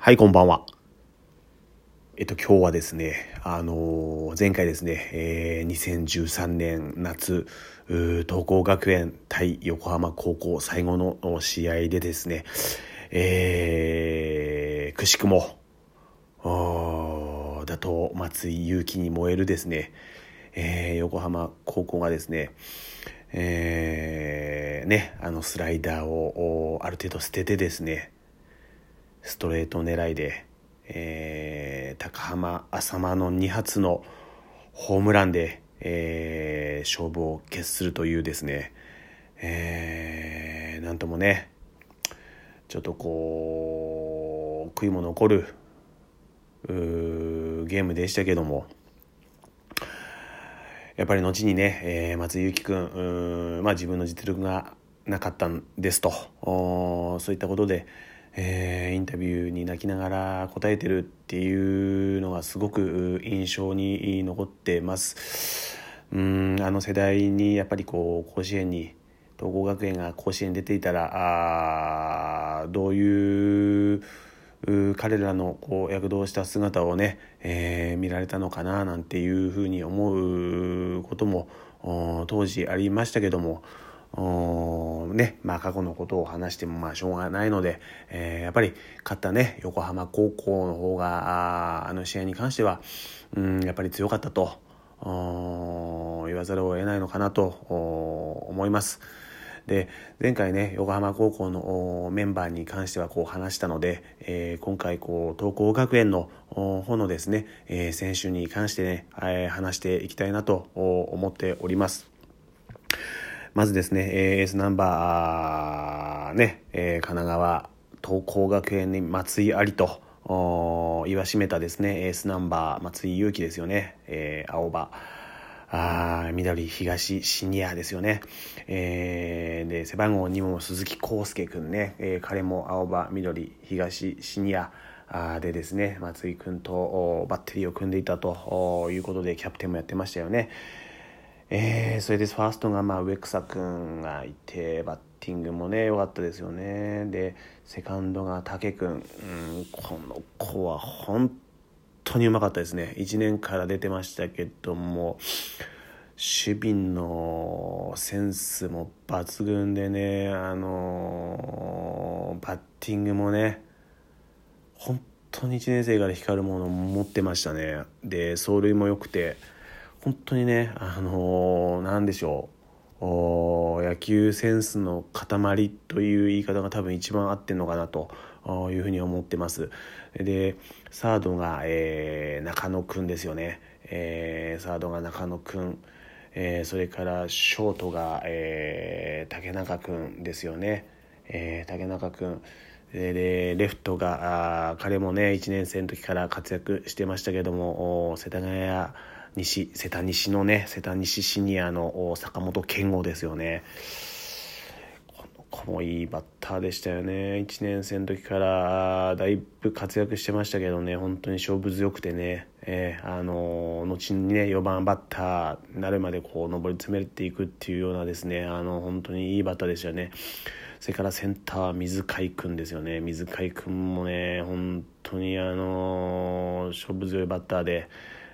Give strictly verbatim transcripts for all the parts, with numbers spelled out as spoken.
はい、こんばんは。えっと、今日はですね、あのー前回ですね、えーにせんじゅうさんねん夏、うー東光学園対横浜高校最後の試合でですね、えーくしくも、おー打倒松井裕樹に燃えるですね、えー横浜高校がですね、えーね、あのスライダーをおある程度捨ててですね、ストレート狙いで、えー高浜浅間のに発のホームランで、えー勝負を決するというですね、えーなんともね、ちょっとこう悔いも残るうーゲームでしたけども、やっぱり後にね、えー松井裕樹君、うーまあ、自分の実力がなかったんですと、おそういったことで、えーインタビューに泣きながら答えてるっていうのがすごく印象に残ってます。うーんあの世代にやっぱりこう甲子園に東光学園が甲子園に出ていたらあどういう彼らのこう躍動した姿をね、えー見られたのかななんていうふうに思うことも当時ありましたけども、ねまあ、過去のことを話してもまあしょうがないので、えーやっぱり勝ったね横浜高校の方が あ, あの試合に関してはうんやっぱり強かったと言わざるを得ないのかなと思います。で前回ね横浜高校のメンバーに関してはこう話したので、えー、今回こう東光学園の方のですね、えー、選手に関してね、えー、話していきたいなと思っております。まずですね、エースナンバーね、えー、神奈川東光学園に松井ありと言わしめたですねエースナンバー松井裕樹ですよね、えー、青葉あ緑東シニアですよね、えー、で背番号にも鈴木康介くんね、えー、彼も青葉緑東シニアでですね松井くんとバッテリーを組んでいたということでキャプテンもやってましたよね。えー、それでファーストがまあ植草くんがいてバッティングもね良かったですよね。でセカンドが武くん、うん、この子は本当にうまかったですね。いちねんから出てましたけども守備のセンスも抜群でね、あのー、バッティングもね本当にいちねん生から光るものを持ってましたね。で走塁も良くて本当にね、あのー、なんでしょう野球センスの塊という言い方が多分一番合ってるのかなというふうに思ってます。でサードが、えー、中野くんですよね、えー、サードが中野くん、えー、それからショートが、えー、竹中くんですよね、えー、竹中くんでレフトがあ彼もねいちねん生の時から活躍してましたけども世田谷西瀬田西のね瀬田西シニアの坂本健吾ですよね。この子もいいバッターでしたよね。いちねん生の時からだいぶ活躍してましたけどね本当に勝負強くてね、えー、あの後にねよばんバッターになるまでこう上り詰めていくっていうようなですねあの本当にいいバッターでしたよね。それからセンターは水海くんですよね。水海くんもね本当にあの勝負強いバッターで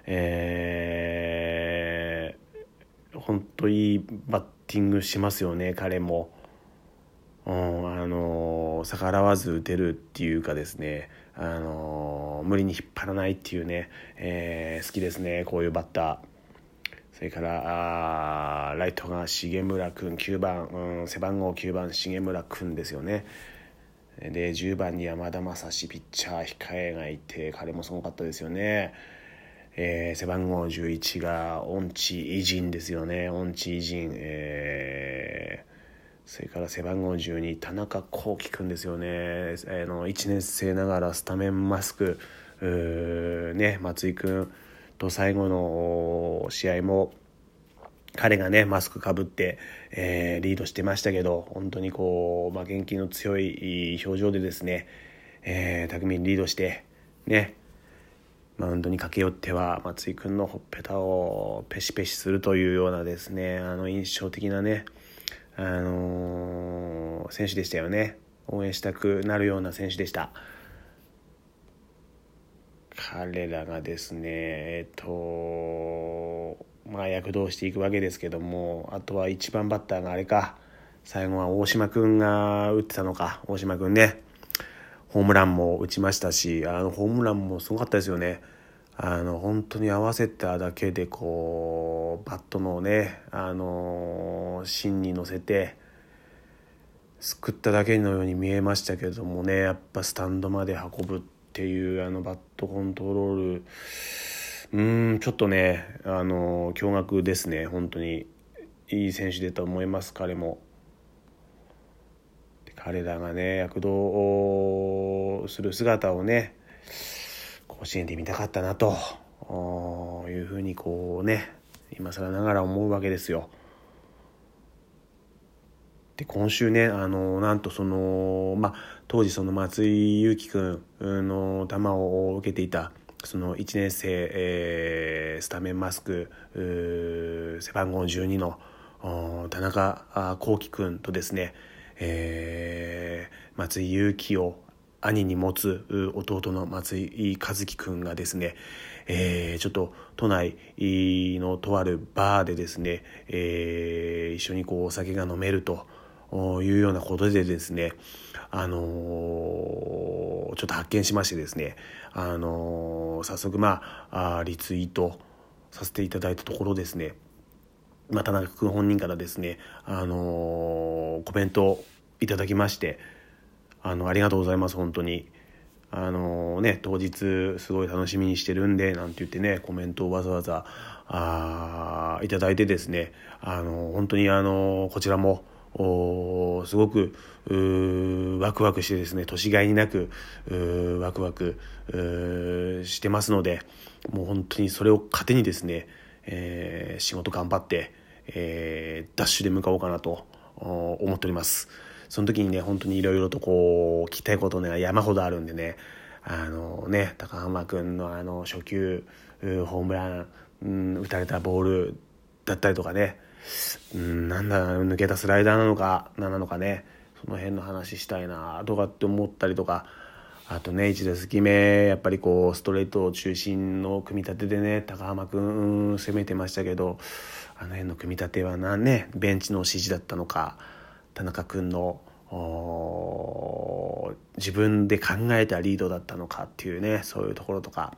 えー、本当いいバッティングしますよね彼も、うん、あの逆らわず打てるっていうかですね、あの無理に引っ張らないっていうね、えー、好きですねこういうバッター。それからあライトが重村くんきゅうばん、うん、背番号きゅうばん重村くんですよね。でじゅうばんに山田正史ピッチャー控えがいて彼もすごかったですよね。えー、背番号じゅういちが恩地偉人ですよね。恩地偉人、えー、それから背番号じゅうに田中幸輝くんですよね。えー、のいちねん生ながらスタメンマスク、ね、松井くんと最後の試合も彼がねマスクかぶって、えー、リードしてましたけど本当にこう、まあ、元気の強い表情でですね、えー、巧みにリードしてねマウンドに駆け寄っては松井くんのほっぺたをペシペシするというようなですねあの印象的なね、あのー、選手でしたよね。応援したくなるような選手でした。 彼らがですねえっとまあ躍動していくわけですけども、あとはいちばんバッターがあれか、最後は大島くんが打ってたのか。大島くんね、ホームランも打ちましたし、あのホームランもすごかったですよね。あの本当に合わせただけでこうバットのね、あの芯に乗せてすくっただけのように見えましたけどもね、やっぱスタンドまで運ぶっていうあのバットコントロール、うーんちょっとね、あの驚愕ですね。本当にいい選手だと思います。彼も彼らがね躍動する姿をね甲子園で見たかったなというふうにこうね今更ながら思うわけですよ。で今週ね、あのなんとその、まあ、当時その松井裕樹君の球を受けていたそのいちねん生、えー、スタメンマスク背番号じゅうにの田中幸輝君とですね、えー、松井裕樹を兄に持つ弟の松井一樹君がですね、えー、ちょっと都内のとあるバーでですね、えー、一緒にこうお酒が飲めるというようなことでですね、あのー、ちょっと発見しましてですね、あのー、早速まあリツイートさせていただいたところですね、まあ、田中君本人からですね、あのー、コメントをいただきまして、あのありがとうございます。本当にあのー、ね当日すごい楽しみにしてるんでなんて言ってねコメントをわざわざあいただいてですね、あのー、本当にあのー、こちらもすごくワクワクしてですね、年がいになくワクワクしてますので、もう本当にそれを糧にですね、えー、仕事頑張って、えー、ダッシュで向かおうかなと思っております。その時にね本当にいろいろとこう聞きたいことね山ほどあるんでね、あのね高浜君のあの初球ホームラン、うん、打たれたボールだったりとかね、うん、なんだ抜けたスライダーなのか何なのかね、その辺の話したいなとかって思ったりとか、あとねいち打席目やっぱりこうストレート中心の組み立てでね高浜君攻めてましたけど、あの辺の組み立ては何ねベンチの指示だったのか、田中君の自分で考えたリードだったのかっていうね、そういうところとか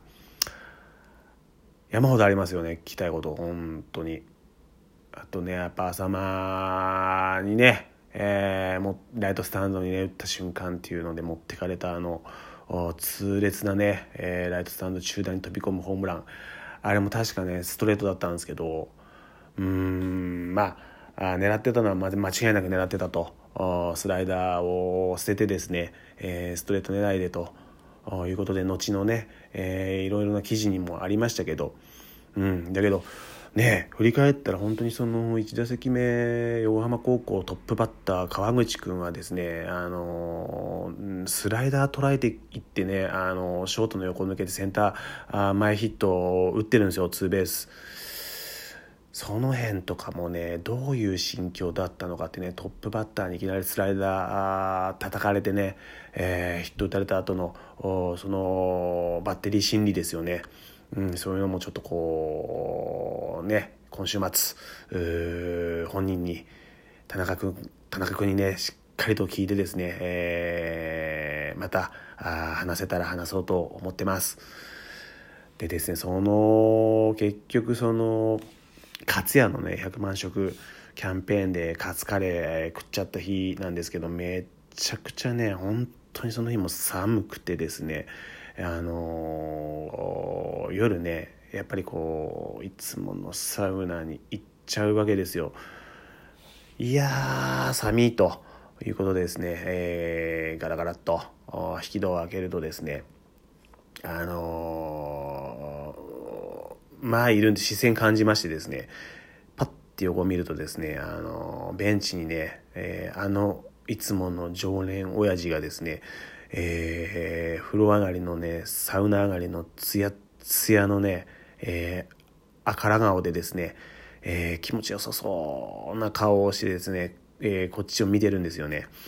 山ほどありますよね、聞きたいこと本当に。あとねやっぱ浅間にね、えー、もライトスタンドにね打った瞬間っていうので持ってかれたあの痛烈なね、えー、ライトスタンド中段に飛び込むホームラン、あれも確かねストレートだったんですけど、うーんまあ狙ってたのは間違いなく狙ってたと、スライダーを捨ててですね、えー、ストレート狙いでということで後のね、えー、いろいろな記事にもありましたけど、うん、だけどね振り返ったら本当にそのいち打席目横浜高校トップバッター川口くんはですね、あのスライダー捉えていってね、あのショートの横抜けてセンター前ヒットを打ってるんですよ、ツーベース。その辺とかもねどういう心境だったのかってね、トップバッターにいきなりスライダー叩かれてね、えー、ヒット打たれた後のそのバッテリー心理ですよね、うん、そういうのもちょっとこうね今週末本人に田中君田中君にねしっかりと聞いてですね、えー、またあ話せたら話そうと思ってます。でですね、その結局そのカツヤのねひゃくまん食キャンペーンでカツカレー食っちゃった日なんですけど、めちゃくちゃね本当にその日も寒くてですね、あのー、夜ねやっぱりこういつものサウナに行っちゃうわけですよ。いやー寒いということでですね、えー、ガラガラっと引き戸を開けるとですね、あのー、まあいるんで視線感じましてですね、パッて横を見るとですね、あのー、ベンチにね、えー、あのいつもの常連親父がですね、えー、風呂上がりのねサウナ上がりのツヤツヤのね、えー、赤ら顔でですね、えー、気持ちよさそうな顔をしてですね、えー、こっちを見てるんですよね。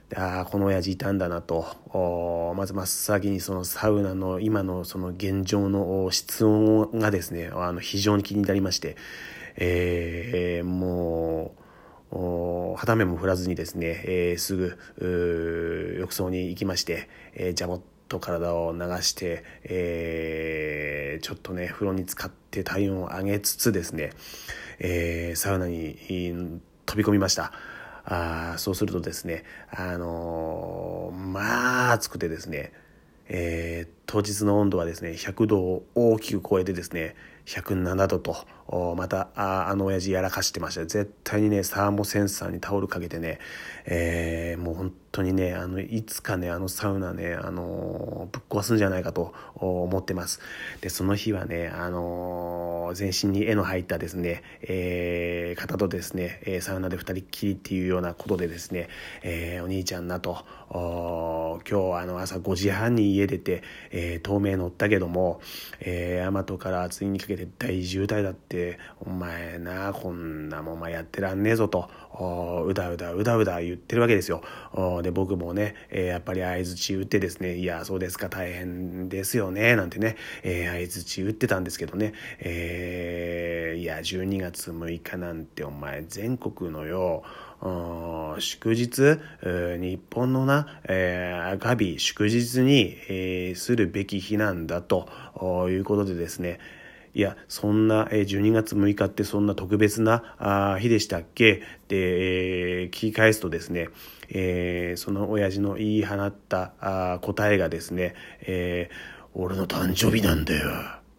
で、ああこの親父いたんだなと、まず真っ先にそのサウナの今のその現状の室温がですね、あの非常に気になりまして、えー、もう肌目も振らずにですね、えー、すぐ浴槽に行きまして、えー、ジャボッと体を流して、えー、ちょっとね風呂に浸かって体温を上げつつですね、えー、サウナに飛び込みました。あそうするとですね、あのー、まあ暑くてですね、えー、当日の温度はですねひゃくどを大きく超えてですねひゃくななどと、また あ, あの親父やらかしてました。絶対にねサーモセンサーにタオルかけてね、えー、もう本当にねあのいつかねあのサウナね、あのー、ぶっ壊すんじゃないかと思ってます。でその日はね、あのー、全身に絵の入ったですね、えー、方とですねサウナで二人っきりっていうようなことでですね、えー、お兄ちゃんなと今日あの朝ごじはんに家出て、えー、東名乗ったけども、えー、大和から厚木にかけて大渋滞だって、お前なこんなもんお前やってらんねえぞとうだうだうだうだ言ってるわけですよ。で僕もね、えー、やっぱり相槌打ってですね、いやそうですか大変ですよねなんてね、えー、相槌打ってたんですけどね、えー、いやじゅうにがつむいかなんてお前全国のよ祝日、日本のな、えー、赤日祝日に、えー、するべき日なんだということでですね、いやそんなじゅうにがつむいかってそんな特別な日でしたっけで、えー、聞き返すとですね、えー、その親父の言い放った答えがですね、えー、俺の誕生日なんだよ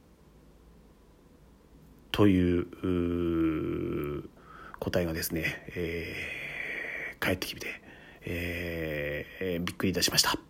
という答えがですね、えー、返ってきて、えー、びっくりいたしました。